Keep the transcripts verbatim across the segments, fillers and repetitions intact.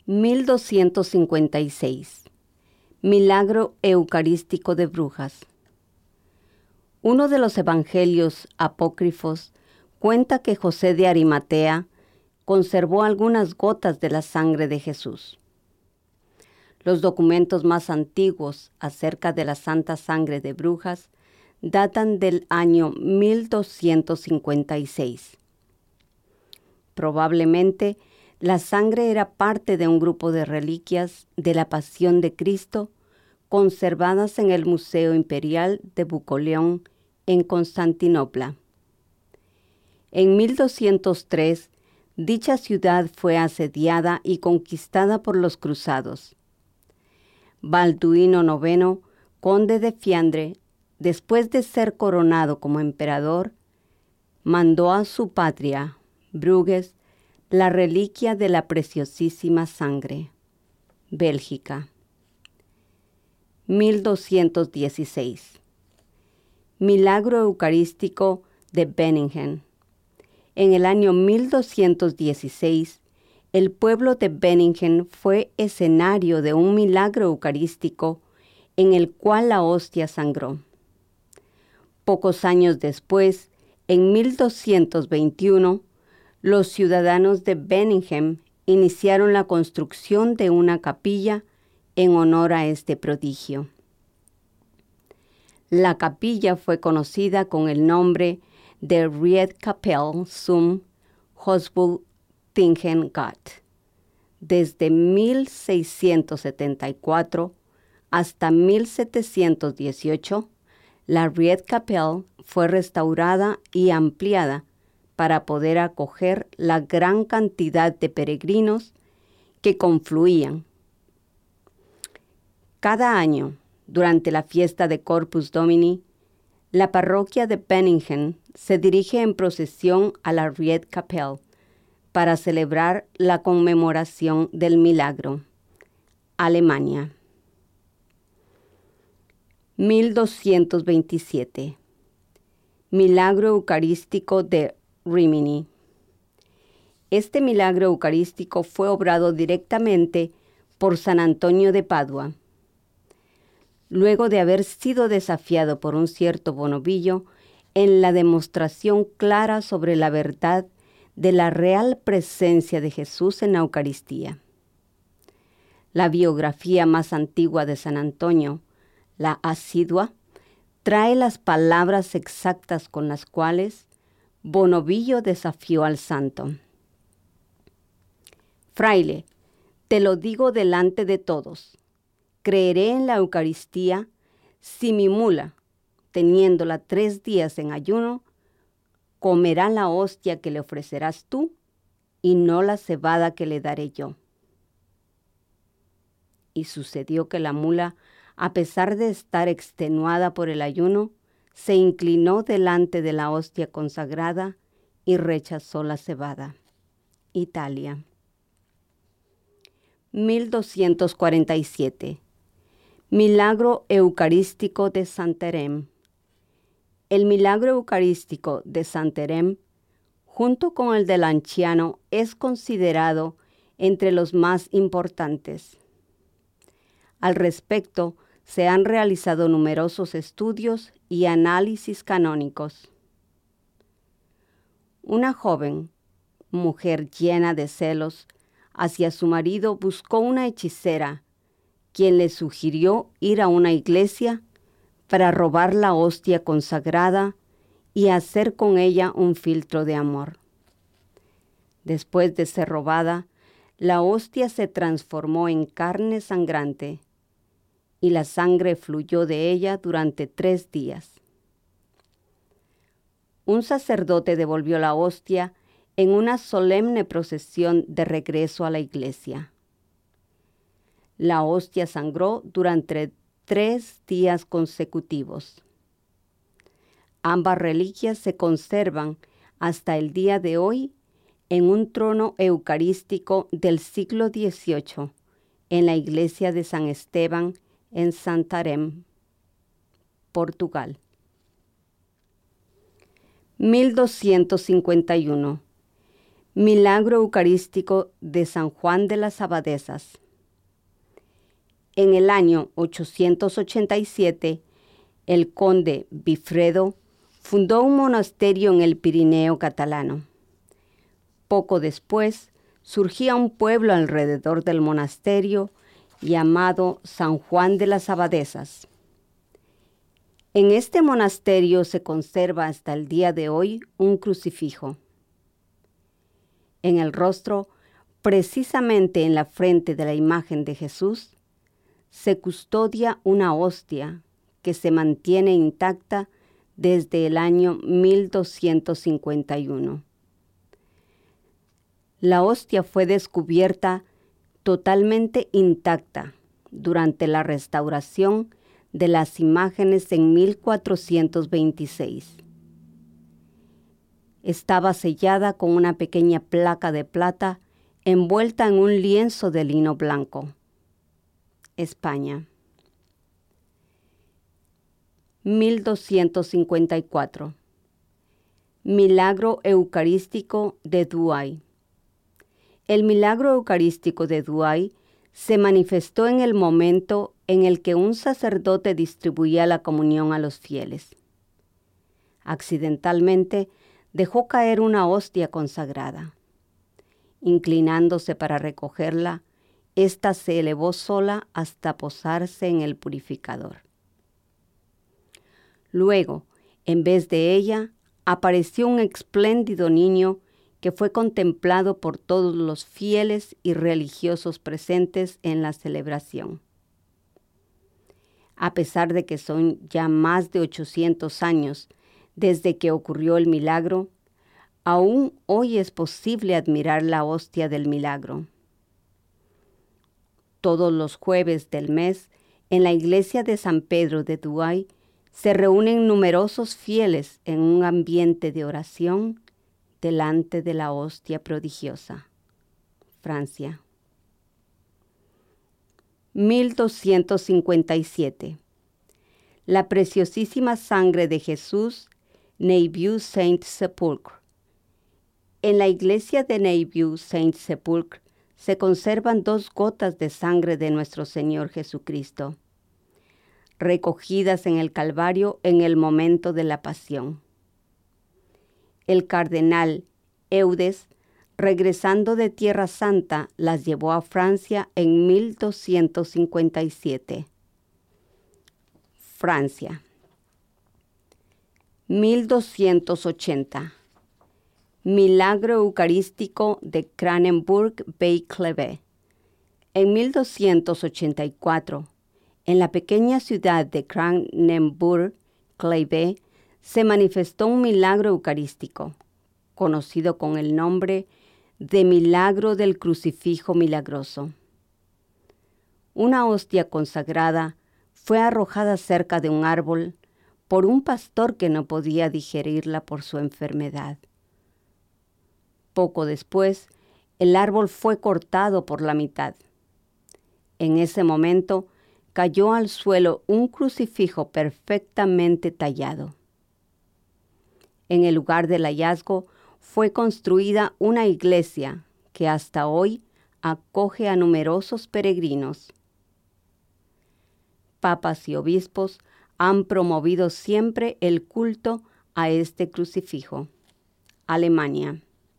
mil doscientos cincuenta y seis. Milagro eucarístico de Brujas. Uno de los evangelios apócrifos cuenta que José de Arimatea conservó algunas gotas de la sangre de Jesús. Los documentos más antiguos acerca de la Santa Sangre de Brujas datan del año mil doscientos cincuenta y seis. Probablemente la sangre era parte de un grupo de reliquias de la Pasión de Cristo conservadas en el Museo Imperial de Bucoleón en Constantinopla. En mil doscientos tres, dicha ciudad fue asediada y conquistada por los cruzados. Balduino noveno, conde de Fiandre, después de ser coronado como emperador, mandó a su patria, Bruges, la reliquia de la preciosísima sangre. Bélgica. mil doscientos dieciséis. Milagro eucarístico de Benningen. En el año mil doscientos dieciséis, el pueblo de Benningen fue escenario de un milagro eucarístico en el cual la hostia sangró. Pocos años después, en mil doscientos veintiuno, los ciudadanos de Benningen iniciaron la construcción de una capilla en honor a este prodigio. La capilla fue conocida con el nombre de Riedkapelle zum Hosbultingen Gott. Desde mil seiscientos setenta y cuatro hasta mil setecientos dieciocho, la Riedkapelle fue restaurada y ampliada para poder acoger la gran cantidad de peregrinos que confluían. Cada año, durante la fiesta de Corpus Domini, la parroquia de Benningen se dirige en procesión a la Riedkapelle para celebrar la conmemoración del milagro. Alemania. mil doscientos veintisiete. Milagro eucarístico de Rimini. Este milagro eucarístico fue obrado directamente por San Antonio de Padua. Luego de haber sido desafiado por un cierto Bonovillo en la demostración clara sobre la verdad de la real presencia de Jesús en la Eucaristía. La biografía más antigua de San Antonio, la Asidua, trae las palabras exactas con las cuales Bonovillo desafió al santo. Fraile, te lo digo delante de todos. Creeré en la Eucaristía si mi mula, teniéndola tres días en ayuno, comerá la hostia que le ofrecerás tú y no la cebada que le daré yo. Y sucedió que la mula, a pesar de estar extenuada por el ayuno, se inclinó delante de la hostia consagrada y rechazó la cebada. Italia. mil doscientos cuarenta y siete. Milagro eucarístico de Santarém. El milagro eucarístico de Santarém, junto con el de Lanciano, es considerado entre los más importantes. Al respecto, se han realizado numerosos estudios y análisis canónicos. Una joven, mujer llena de celos, hacia su marido buscó una hechicera, quien le sugirió ir a una iglesia para robar la hostia consagrada y hacer con ella un filtro de amor. Después de ser robada, la hostia se transformó en carne sangrante y la sangre fluyó de ella durante tres días. Un sacerdote devolvió la hostia en una solemne procesión de regreso a la iglesia. La hostia sangró durante tres días consecutivos. Ambas reliquias se conservan hasta el día de hoy en un trono eucarístico del siglo dieciocho en la iglesia de San Esteban en Santarém, Portugal. mil doscientos cincuenta y uno. Milagro Eucarístico de San Juan de las Abadesas. En el año ochocientos ochenta y siete, el conde Bifredo fundó un monasterio en el Pirineo catalano. Poco después, surgía un pueblo alrededor del monasterio llamado San Juan de las Abadesas. En este monasterio se conserva hasta el día de hoy un crucifijo. En el rostro, precisamente en la frente de la imagen de Jesús, se custodia una hostia que se mantiene intacta desde el año mil doscientos cincuenta y uno. La hostia fue descubierta totalmente intacta durante la restauración de las imágenes en mil cuatrocientos veintiséis. Estaba sellada con una pequeña placa de plata envuelta en un lienzo de lino blanco. España. mil doscientos cincuenta y cuatro. Milagro Eucarístico de Douai. El milagro eucarístico de Douai se manifestó en el momento en el que un sacerdote distribuía la comunión a los fieles. Accidentalmente dejó caer una hostia consagrada. Inclinándose para recogerla, ésta se elevó sola hasta posarse en el purificador. Luego, en vez de ella, apareció un espléndido niño que fue contemplado por todos los fieles y religiosos presentes en la celebración. A pesar de que son ya más de ochocientos años desde que ocurrió el milagro, aún hoy es posible admirar la hostia del milagro. Todos los jueves del mes, en la iglesia de San Pedro de Douai, se reúnen numerosos fieles en un ambiente de oración delante de la hostia prodigiosa. Francia. mil doscientos cincuenta y siete. La preciosísima sangre de Jesús, Neuville-Saint-Sepulcre. En la iglesia de Neuville-Saint-Sepulcre se conservan dos gotas de sangre de nuestro Señor Jesucristo, recogidas en el Calvario en el momento de la pasión. El cardenal Eudes, regresando de Tierra Santa, las llevó a Francia en mil doscientos cincuenta y siete. Francia. mil doscientos ochenta. Milagro Eucarístico de Cranenburg-Bey-Clevé. En mil doscientos ochenta y cuatro, en la pequeña ciudad de Cranenburg-Clevé, se manifestó un milagro eucarístico, conocido con el nombre de Milagro del Crucifijo Milagroso. Una hostia consagrada fue arrojada cerca de un árbol por un pastor que no podía digerirla por su enfermedad. Poco después, el árbol fue cortado por la mitad. En ese momento, cayó al suelo un crucifijo perfectamente tallado. En el lugar del hallazgo fue construida una iglesia que hasta hoy acoge a numerosos peregrinos. Papas y obispos han promovido siempre el culto a este crucifijo. Alemania.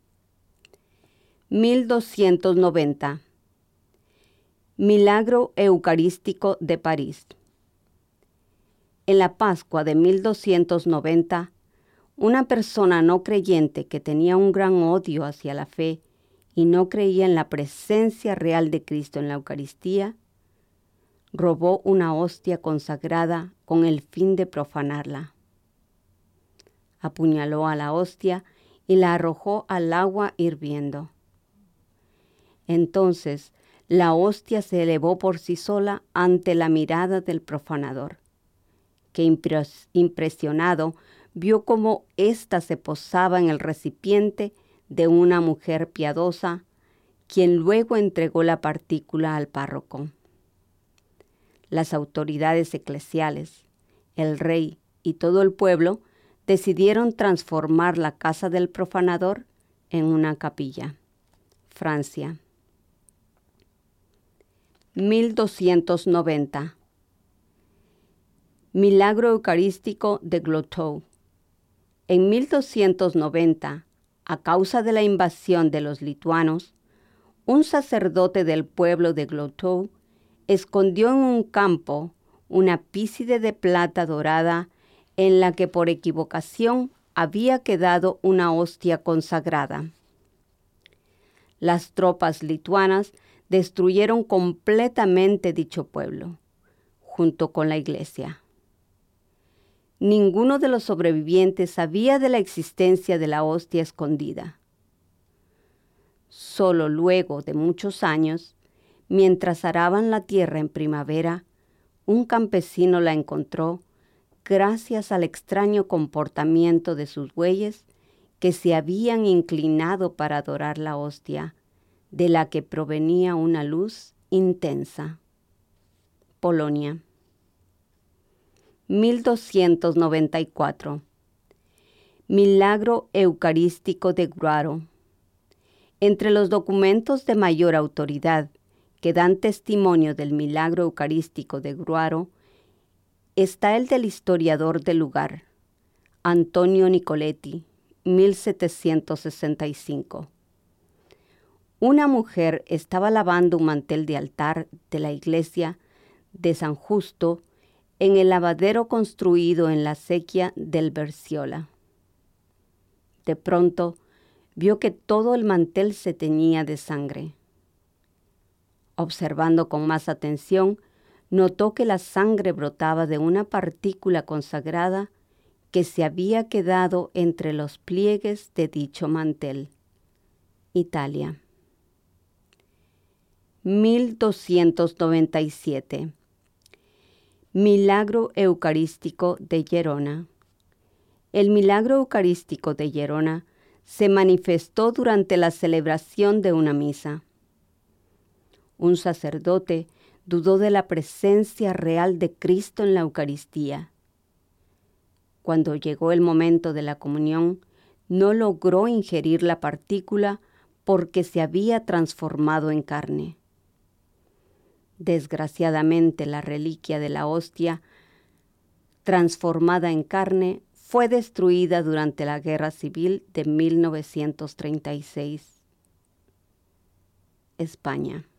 mil doscientos noventa. Milagro Eucarístico de París. En la Pascua de mil doscientos noventa, una persona no creyente que tenía un gran odio hacia la fe y no creía en la presencia real de Cristo en la Eucaristía, robó una hostia consagrada con el fin de profanarla. Apuñaló a la hostia y la arrojó al agua hirviendo. Entonces, la hostia se elevó por sí sola ante la mirada del profanador, que impres- impresionado vio cómo ésta se posaba en el recipiente de una mujer piadosa, quien luego entregó la partícula al párroco. Las autoridades eclesiales, el rey y todo el pueblo decidieron transformar la casa del profanador en una capilla. Francia. mil doscientos noventa. Milagro Eucarístico de Glottou. En mil doscientos noventa, a causa de la invasión de los lituanos, un sacerdote del pueblo de Glottou escondió en un campo una pícide de plata dorada en la que por equivocación había quedado una hostia consagrada. Las tropas lituanas destruyeron completamente dicho pueblo, junto con la iglesia. Ninguno de los sobrevivientes sabía de la existencia de la hostia escondida. Solo luego de muchos años, mientras araban la tierra en primavera, un campesino la encontró gracias al extraño comportamiento de sus bueyes que se habían inclinado para adorar la hostia, de la que provenía una luz intensa. Polonia. mil doscientos noventa y cuatro. Milagro Eucarístico de Gruaro. Entre los documentos de mayor autoridad que dan testimonio del milagro eucarístico de Gruaro está el del historiador del lugar, Antonio Nicoletti, mil setecientos sesenta y cinco. Una mujer estaba lavando un mantel de altar de la iglesia de San Justo en el lavadero construido en la acequia del Berciola. De pronto, vio que todo el mantel se teñía de sangre. Observando con más atención, notó que la sangre brotaba de una partícula consagrada que se había quedado entre los pliegues de dicho mantel. Italia. mil doscientos noventa y siete. Milagro Eucarístico de Gerona. El milagro eucarístico de Gerona se manifestó durante la celebración de una misa. Un sacerdote dudó de la presencia real de Cristo en la Eucaristía. Cuando llegó el momento de la comunión, no logró ingerir la partícula porque se había transformado en carne. Desgraciadamente, la reliquia de la hostia, transformada en carne, fue destruida durante la Guerra Civil de mil novecientos treinta y seis. España.